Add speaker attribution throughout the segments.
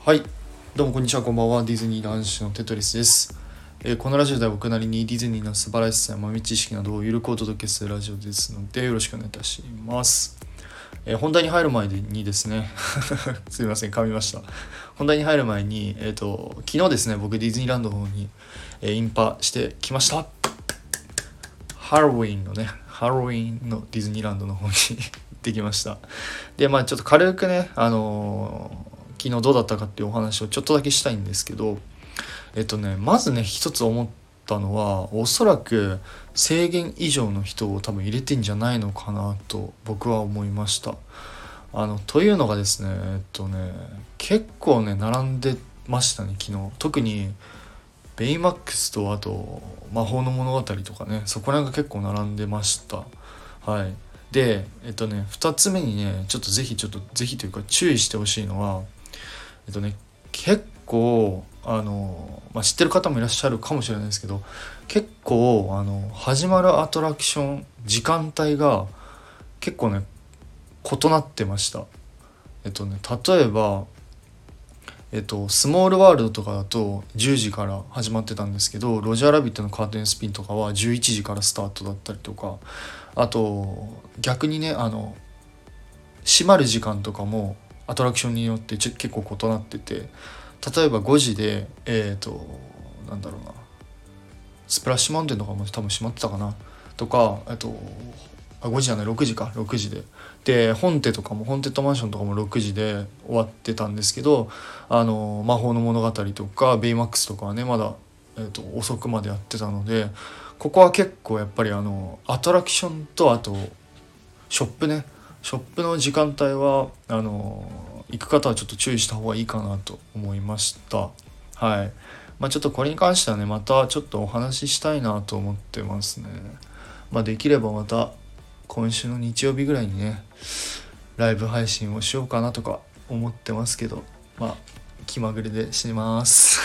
Speaker 1: はい、どうもこんにちは、こんばんは。ディズニー男子のテトリスです。このラジオでは僕なりにディズニーの素晴らしさや豆知識などをゆるくお届けするラジオですのでよろしくお願いいたします。本題に入る前にですねすいません、噛みました。本題に入る前に、昨日ですね、僕ディズニーランドの方に、インパしてきました。ハロウィンのディズニーランドの方に行ってきました。で、ちょっと軽くね、昨日どうだったかっていうお話をちょっとだけしたいんですけど、まずね、一つ思ったのは、おそらく制限以上の人を多分入れてんじゃないのかなと僕は思いました。というのがですね、結構ね、並んでましたね、昨日。特にベイマックスとあと魔法の物語とかね、そこら辺が結構並んでました。はい。で、2つ目にね、ちょっとぜひというか注意してほしいのは、結構知ってる方もいらっしゃるかもしれないですけど、結構始まるアトラクション時間帯が結構ね異なってました。例えばスモールワールドとかだと10時から始まってたんですけど、ロジャーラビットのカーテンスピンとかは11時からスタートだったりとか、あと逆にね、閉まる時間とかもアトラクションによって結構異なってて、例えば5時でなんだろうな、スプラッシュマウンテンとかも多分閉まってたかなとか、5時じゃない、6時か、6時でホンテとかもホンテッドマンションとかも6時で終わってたんですけど、魔法の物語とかベイマックスとかはねまだ、遅くまでやってたので、ここは結構やっぱりアトラクションとあとショップの時間帯は行く方はちょっと注意した方がいいかなと思いました。はい。ちょっとこれに関してはね、またちょっとお話ししたいなと思ってますね。できればまた今週の日曜日ぐらいにね、ライブ配信をしようかなとか思ってますけど、気まぐれでします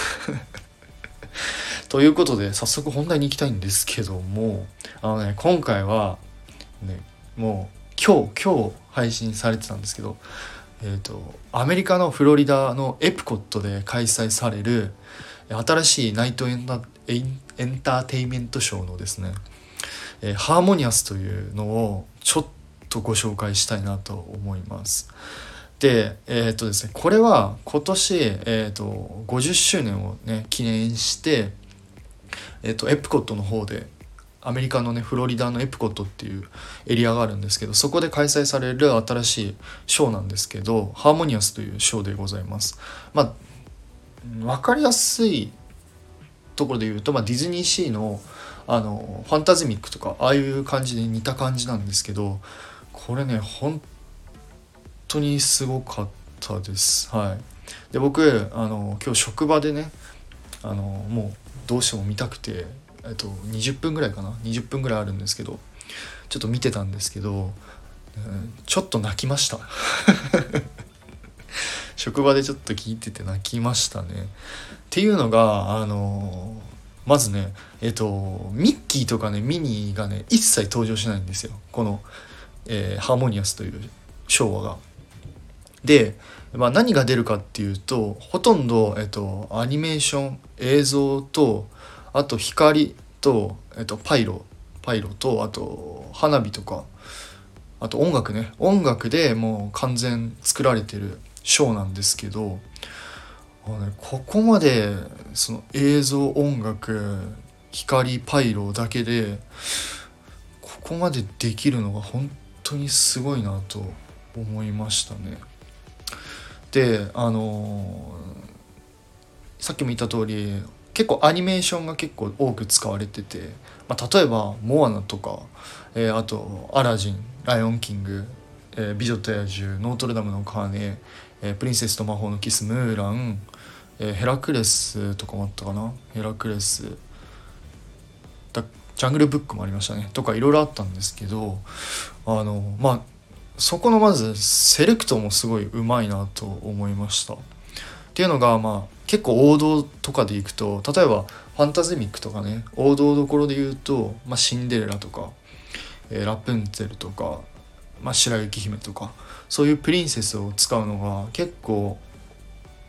Speaker 1: ということで早速本題に行きたいんですけども、今回はね、もう今日配信されてたんですけど、アメリカのフロリダのエプコットで開催される新しいナイトエンターテイメントショーのですね、ハーモニアスというのをちょっとご紹介したいなと思います。で、ですね、これは今年、50周年をね記念して、エプコットの方でアメリカのねフロリダのエプコットっていうエリアがあるんですけど、そこで開催される新しいショーなんですけど、ハーモニアスというショーでございます。分かりやすいところで言うと、ディズニーシーのファンタズミックとかああいう感じで似た感じなんですけど、これね本当にすごかったです。はい。で、僕今日職場でね、もうどうしても見たくて、20分ぐらいかな、20分ぐらいあるんですけど、ちょっと見てたんですけど、ちょっと泣きました職場でちょっと聞いてて泣きましたね。っていうのがまずね、ミッキーとかねミニーがね一切登場しないんですよ、この、ハーモニアスという昭和が。で、何が出るかっていうと、ほとんど、アニメーション映像と、あと光と、パイロと、あと花火とか、あと音楽でもう完全作られてるショーなんですけど、ここまでその映像、音楽、光、パイロだけでここまでできるのが本当にすごいなと思いましたね。で、さっきも言った通り結構アニメーションが結構多く使われてて、例えばモアナとか、あとアラジン、ライオンキング、美女と野獣、ノートルダムの鐘、プリンセスと魔法のキス、ムーラン、ヘラクレスとかもあったかな、ヘラクレスジャングルブックもありましたねとか、いろいろあったんですけど、そこのまずセレクトもすごいうまいなと思いました。っていうのが、結構王道とかでいくと、例えばファンタズミックとかね、王道どころで言うと、シンデレラとか、ラプンツェルとか、白雪姫とか、そういうプリンセスを使うのが結構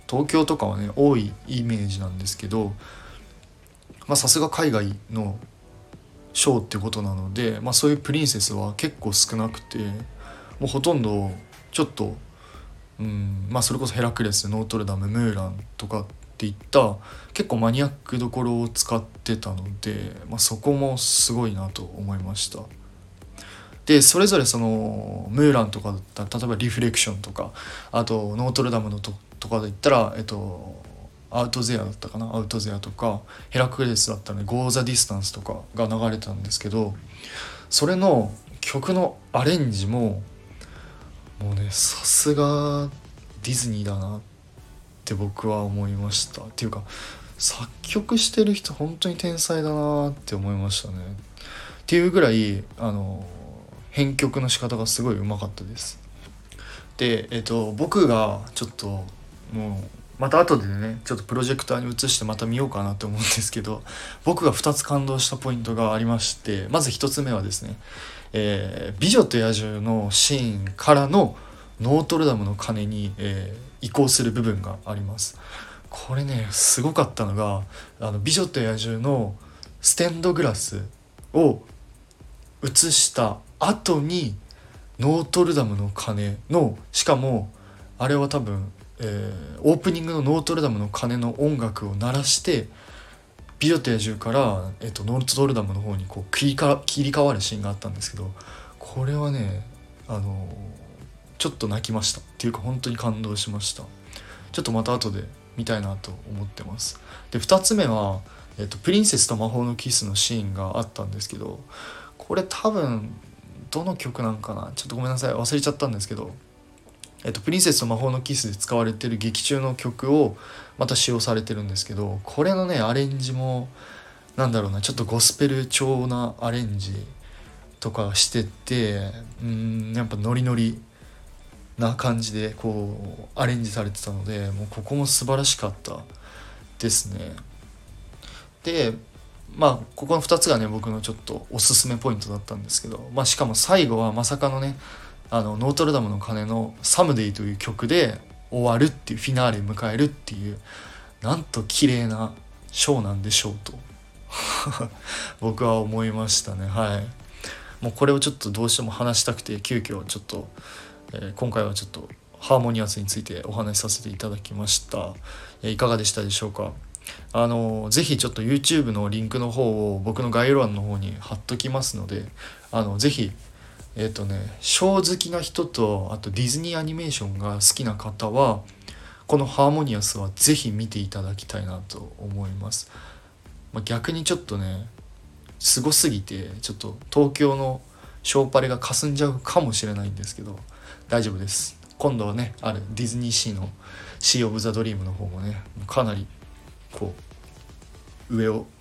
Speaker 1: 東京とかはね多いイメージなんですけど、さすが海外のショーってことなので、そういうプリンセスは結構少なくて、もうほとんどちょっとそれこそヘラクレス、ノートルダム、ムーランとかっていった結構マニアックどころを使ってたので、そこもすごいなと思いました。でそれぞれそのムーランとかだったら例えばリフレクションとか、あとノートルダムのとかで言ったらアウトゼアだったかな、アウトゼアとか、ヘラクレスだったらねゴーザディスタンスとかが流れてたんですけど、それの曲のアレンジももうねさすがディズニーだなって僕は思いました。っていうか作曲してる人本当に天才だなって思いましたね。っていうぐらい編曲の仕方がすごいうまかったです。で僕がちょっともうまた後でねちょっとプロジェクターに移してまた見ようかなと思うんですけど、僕が2つ感動したポイントがありまして、まず1つ目はですね、美女と野獣のシーンからのノートルダムの鐘に、移行する部分があります。これねすごかったのが美女と野獣のステンドグラスを映した後にノートルダムの鐘の、しかもあれは多分、オープニングのノートルダムの鐘の音楽を鳴らして美女と野獣から、ノートルダムの方にこう切り替わるシーンがあったんですけど、これはねちょっと泣きましたっていうか本当に感動しました。ちょっとまた後で見たいなと思ってます。で2つ目は、プリンセスと魔法のキスのシーンがあったんですけど、これ多分どの曲なんかな、ちょっとごめんなさい忘れちゃったんですけど、プリンセスと魔法のキスで使われてる劇中の曲をまた使用されてるんですけど、これのねアレンジもなんだろうな、ちょっとゴスペル調なアレンジとかしてて、やっぱノリノリな感じでこうアレンジされてたので、もうここも素晴らしかったですね。でここの2つがね僕のちょっとおすすめポイントだったんですけど、しかも最後はまさかのねノートルダムの鐘のサムデイという曲で終わるっていうフィナーレ迎えるっていう、なんと綺麗なショーなんでしょうと僕は思いましたね。もうこれをちょっとどうしても話したくて急遽ちょっと、今回はちょっとハーモニアスについてお話しさせていただきました。いかがでしたでしょうか。ぜひちょっと YouTube のリンクの方を僕の概要欄の方に貼っときますので、ぜひショー好きな人と、あとディズニーアニメーションが好きな方はこのハーモニアスはぜひ見ていただきたいなと思います。逆にちょっとねすごすぎてちょっと東京のショーパレが霞んじゃうかもしれないんですけど大丈夫です。今度はねあるディズニーシーのシー・オブ・ザ・ドリームの方もねかなりこう上を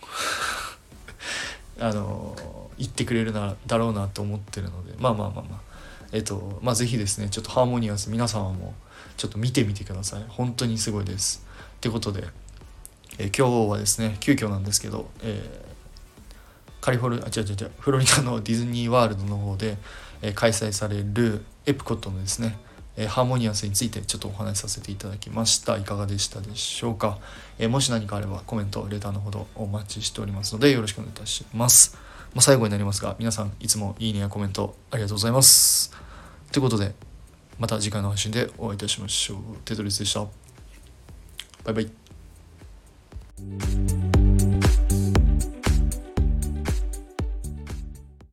Speaker 1: 言ってくれるだろうなと思ってるので、ぜひですねちょっとハーモニアス皆様もちょっと見てみてください。本当にすごいです。ってことで、今日はですね急遽なんですけど、フロリダのディズニーワールドの方で、開催されるエプコットのですねハーモニアスについてちょっとお話しさせていただきました。いかがでしたでしょうか。もし何かあればコメントレターのほどお待ちしておりますのでよろしくお願いいたします。最後になりますが皆さんいつもいいねやコメントありがとうございます。ということでまた次回の配信でお会いいたしましょう。テトリスでした。バイバイ。